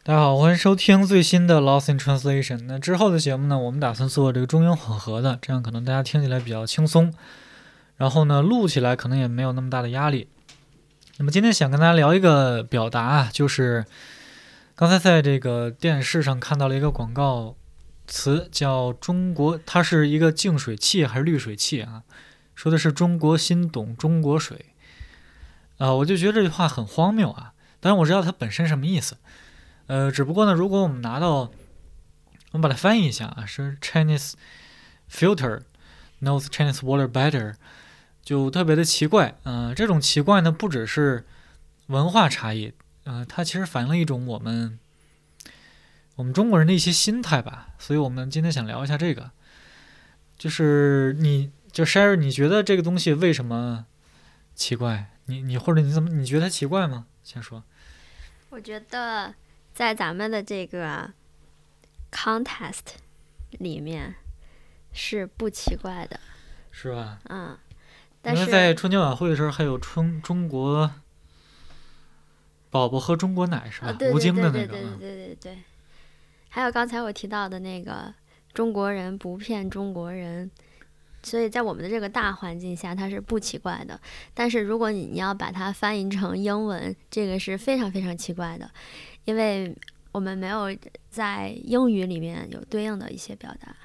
大家好，欢迎收听最新的 Lost in Translation。那之后的节目呢，我们打算做这个中英混合的，这样可能大家听起来比较轻松，然后呢，录起来可能也没有那么大的压力。那么今天想跟大家聊一个表达啊，就是刚才在这个电视上看到了一个广告词，叫中国，它是一个净水器还是滤水器啊？说的是中国心懂中国水。我就觉得这句话很荒谬啊。当然我知道它本身什么意思。只不过呢，如果我们我们把它翻译一下啊，是 Chinese filter knows Chinese water better， 就特别的奇怪。这种奇怪呢，不只是文化差异，它其实反映了一种我们中国人的一些心态吧。所以我们今天想聊一下这个，就是Sherry， 你觉得这个东西为什么奇怪？或者你觉得它奇怪吗？先说。 我觉得在咱们的这个 contest 里面是不奇怪的， 是吧？ 但是在春节晚会的时候还有中国宝宝喝中国奶是吧？ 对吴京的那个。 对。还有刚才我提到的那个中国人不骗中国人，所以在我们的这个大环境下它是不奇怪的。但是如果你要把它翻译成英文，这个是非常非常奇怪的，因为我们没有在英语里面有对应的一些表达。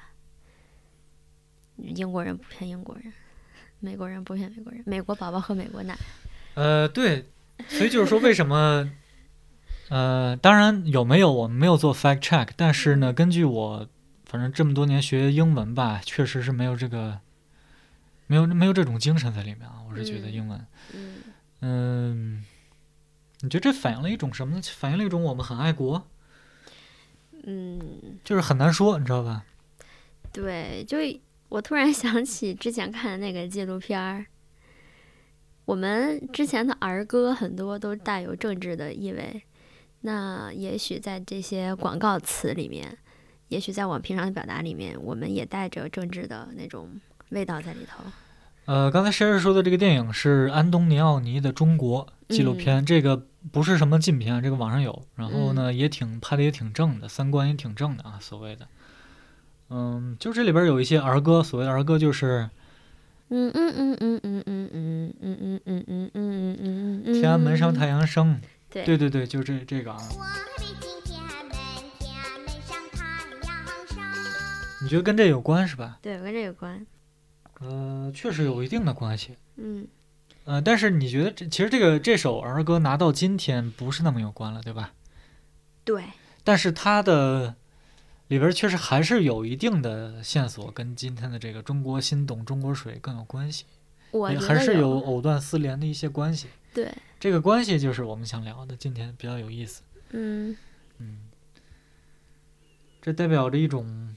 英国人不骗英国人，美国人不骗美国人，美国宝宝喝美国奶。 对，所以就是说为什么当然有没有我们没有做 fact check， 但是呢，根据我反正这么多年学英文吧，确实是没有这个没有这种精神在里面啊。我是觉得英文，你觉得这反映了一种什么呢？反映了一种我们很爱国，就是很难说，你知道吧？ 对，就我突然想起之前看的那个纪录片儿，我们之前的儿歌很多都带有政治的意味，那也许在这些广告词里面，也许在我们平常的表达里面，我们也带着政治的那种味道在里头。 刚才Sherry说的这个电影是安东尼奥尼的《中国》纪录片，这个不是什么禁片，这个网上有，然后呢拍的也挺正的，三观也挺正的啊，所谓的。就这里边有一些儿歌，所谓的儿歌就是天安门上太阳升，对，就是这个啊。你觉得跟这有关是吧？ 对，跟这有关。 确实有一定的关系。但是你觉得其实这首儿歌拿到今天不是那么有关了，对吧？ 对。 但是它的里边确实还是有一定的线索，跟今天的这个中国心懂中国水更有关系。 我还是有藕断丝连的一些关系。 对， 这个关系就是我们想聊的，今天比较有意思。这代表着一种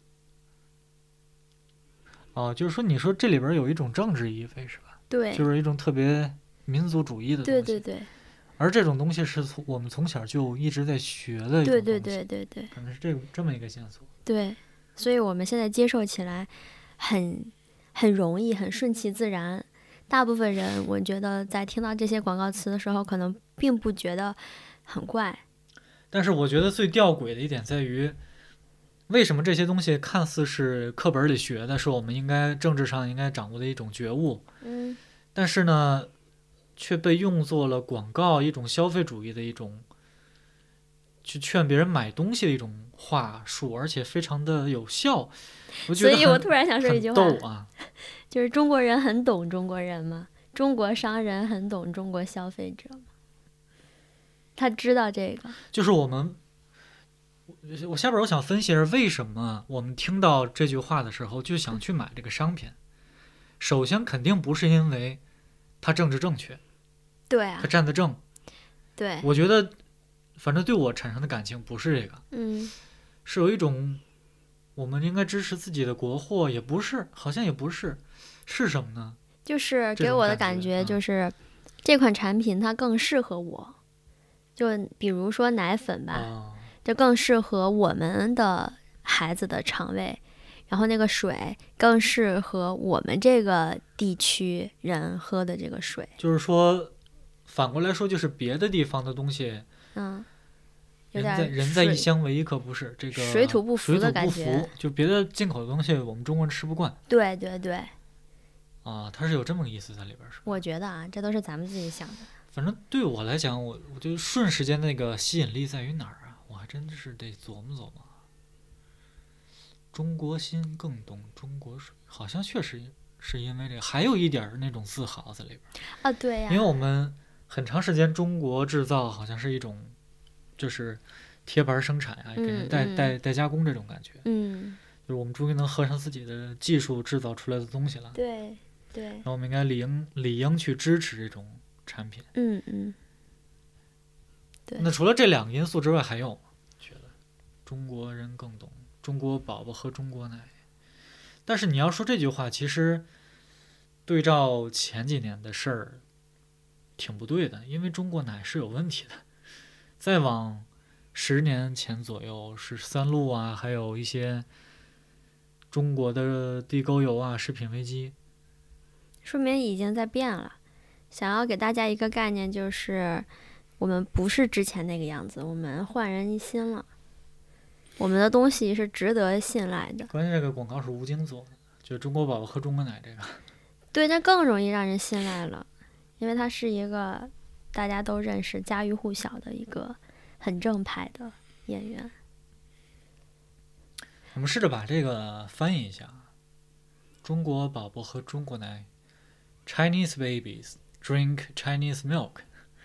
就是说，你说这里边有一种政治意味是吧？ 对， 就是一种特别民族主义的东西。 对。 而这种东西是我们从小就一直在学的一种东西。 对， 可能是这么一个线索。 对，所以我们现在接受起来很容易，很顺其自然。大部分人我觉得在听到这些广告词的时候，可能并不觉得很怪。 但是我觉得最吊诡的一点在于，为什么这些东西看似是课本里学的，是我们政治上应该掌握的一种觉悟，但是呢，却被用作了广告，一种消费主义的一种去劝别人买东西的一种话术，而且非常的有效。 所以我突然想说一句话， 很逗啊， 就是中国人很懂中国人吗？中国商人很懂中国消费者吗？他知道这个， 就是我下边我想分析是为什么我们听到这句话的时候就想去买这个商品。首先肯定不是因为它政治正确， 对啊， 它站得正， 对， 我觉得反正对我产生的感情不是这个，是有一种我们应该支持自己的国货，也不是，好像也不是，是什么呢？ 就是给我的感觉就是这款产品它更适合我，就比如说奶粉吧，就更适合我们的孩子的肠胃，然后那个水更适合我们这个地区人喝的这个水。 就是说反过来说，就是别的地方的东西有点人在异乡为可不是这个水土不服的感觉， 就别的进口的东西我们中国人吃不惯。 对对对， 啊，它是有这么个意思在里边是吧？ 我觉得啊，这都是咱们自己想的。 反正对我来讲，我觉得瞬时间那个吸引力在于哪儿啊？我还真是得琢磨琢磨。中国心更懂中国水，好像确实是因为这个，还有一点那种自豪在里边啊。对呀， 因为我们很长时间中国制造好像是一种，就是贴牌生产啊，给人代加工这种感觉。就是我们终于能合上自己的技术制造出来的东西了。 对对。 然后我们应该理应去支持这种产品。 对。 那除了这两个因素之外，还有吗？觉得中国人更懂中国宝宝喝中国奶。但是你要说这句话，其实对照前几年的事儿，挺不对的，因为中国奶是有问题的。再往10年前左右，是三鹿啊，还有一些中国的地沟油啊，食品危机， 说明已经在变了。想要给大家一个概念，就是我们不是之前那个样子，我们焕然一新了。我们的东西是值得信赖的。 关键这个广告是吴京做的，就是中国宝宝喝中国奶这个。 对，那更容易让人信赖了，因为它是一个大家都认识、家喻户晓的一个很正派的演员。 我们试着把这个翻译一下：中国宝宝喝中国奶 ，Chinese babies drink Chinese milk。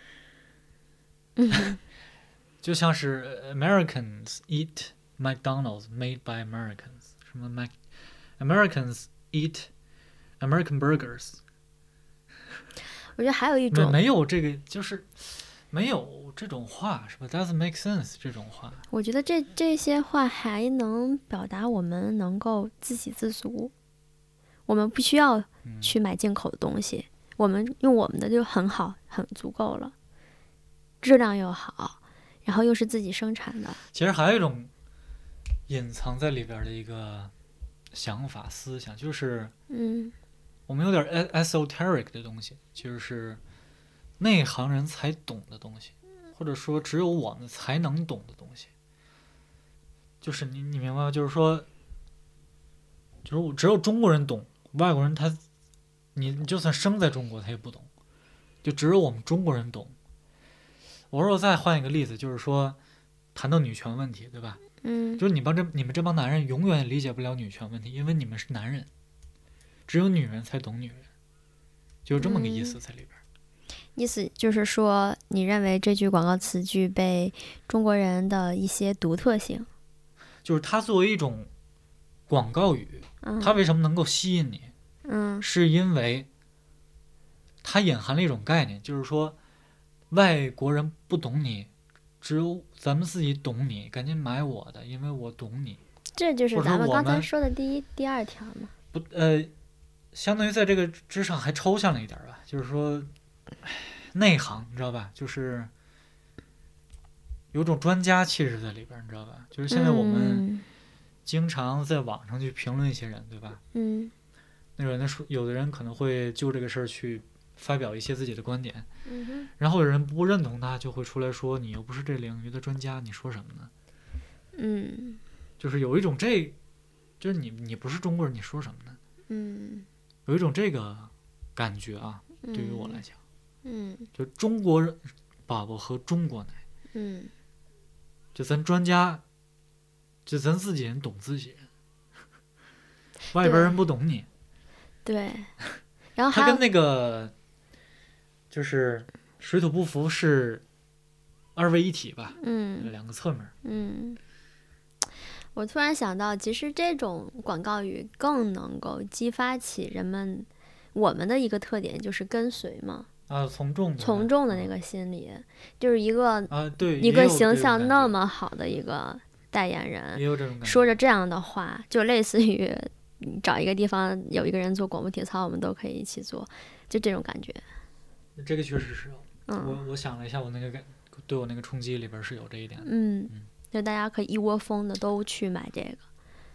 就像是 Americans eat McDonald's made by Americans， 什么 Americans eat American burgers。 我觉得还有一种没有这个，就是没有这种话，是吧 ？Doesn't make sense 这种话。 我觉得这些话还能表达我们能够自给自足，我们不需要去买进口的东西，我们用我们的就很好，很足够了，质量又好，然后又是自己生产的。 其实还有一种隐藏在里边的一个想法思想，就是我们有点 esoteric 的东西，就是内行人才懂的东西，或者说只有我们才能懂的东西。就是你明白吗？就是说，就是只有中国人懂，外国人你就算生在中国他也不懂，就只有我们中国人懂。我说我再换一个例子，就是说谈到女权问题，对吧？就是你们这帮男人永远也理解不了女权问题，因为你们是男人，只有女人才懂女人，就有这么个意思在里边。 意思就是说，你认为这句广告词具备中国人的一些独特性， 就是它作为一种广告语，它为什么能够吸引你？是因为它隐含了一种概念，就是说外国人不懂你，只有咱们自己懂你，赶紧买我的，因为我懂你。 这就是咱们刚才说的第二条嘛。 不，相当于在这个之上还抽象了一点吧，就是说内行，你知道吧？就是有种专家气质在里边，你知道吧？就是现在我们经常在网上去评论一些人，对吧？那有人说，有的人可能会就这个事儿去发表一些自己的观点，然后有人不认同他，就会出来说你又不是这领域的专家，你说什么呢？就是有一种就是你不是中国人，你说什么呢？有一种这个感觉啊，对于我来讲，就中国人宝宝喝中国奶，就咱专家，就咱自己人懂自己人，外边人不懂你。 对，然后它跟那个就是水土不服是二位一体吧？两个侧面。 我突然想到，其实这种广告语更能够激发起我们的一个特点，就是跟随嘛。 从众的那个心理，就是一个对一个形象那么好的一个代言人， 也有这种感觉， 说着这样的话，就类似于找一个地方有一个人做广播体操，我们都可以一起做，就这种感觉。 这个确实是，我想了一下，我那个对我那个冲击里边是有这一点的。 就大家可以一窝蜂的都去买这个。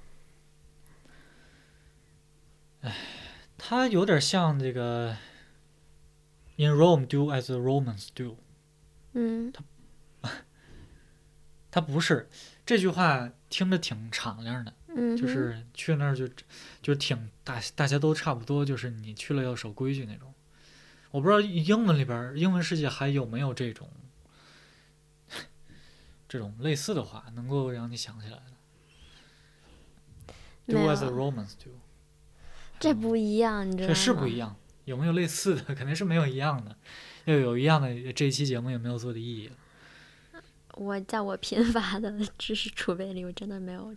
它有点像这个 In Rome do as the Romans do。 它不是这句话听着挺敞亮的，就是去那儿就挺大家都差不多，就是你去了要守规矩那种。我不知道英文里边英文世界还有没有这种类似的话能够让你想起来的。Do as the Romans do。 这不一样，你知道吗？ 这是不一样，有没有类似的？肯定是没有一样的。要有一样的，这一期节目也没有做的意义了。 在我贫乏的知识储备里，我真的没有。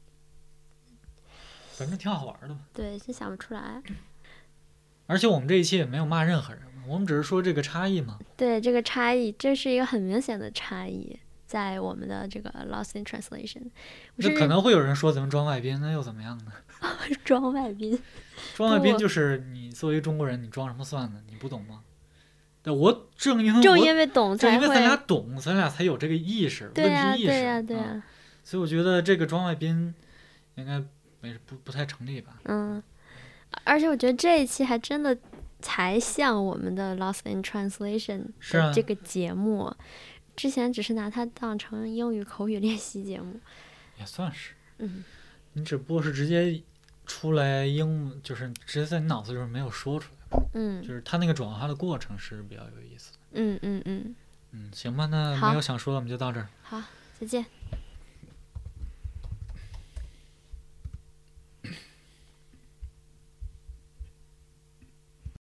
反正挺好玩的吧？ 对，就想不出来。 而且我们这一期也没有骂任何人，我们只是说这个差异嘛。 对，这个差异，这是一个很明显的差异，在我们的这个 Lost in Translation。 那可能会有人说咱们装外宾，那又怎么样呢？ 装外宾， 装外宾就是你作为中国人，你装什么算呢？你不懂吗？对，我正因为懂才会，正因为咱俩懂，咱俩才有这个意识， 对呀、 问题意识。 对呀、对呀、 所以我觉得这个装外宾应该不太成立吧。 而且我觉得这一期还真的才像我们的 Lost in Translation 的这个节目，之前只是拿它当成英语口语练习节目， 也算是。你只不过是直接出来就是直接在你脑子里面没有说出来。就是它那个转化的过程是比较有意思的。 行吧， 那没有想说的我们就到这儿。 好，再见。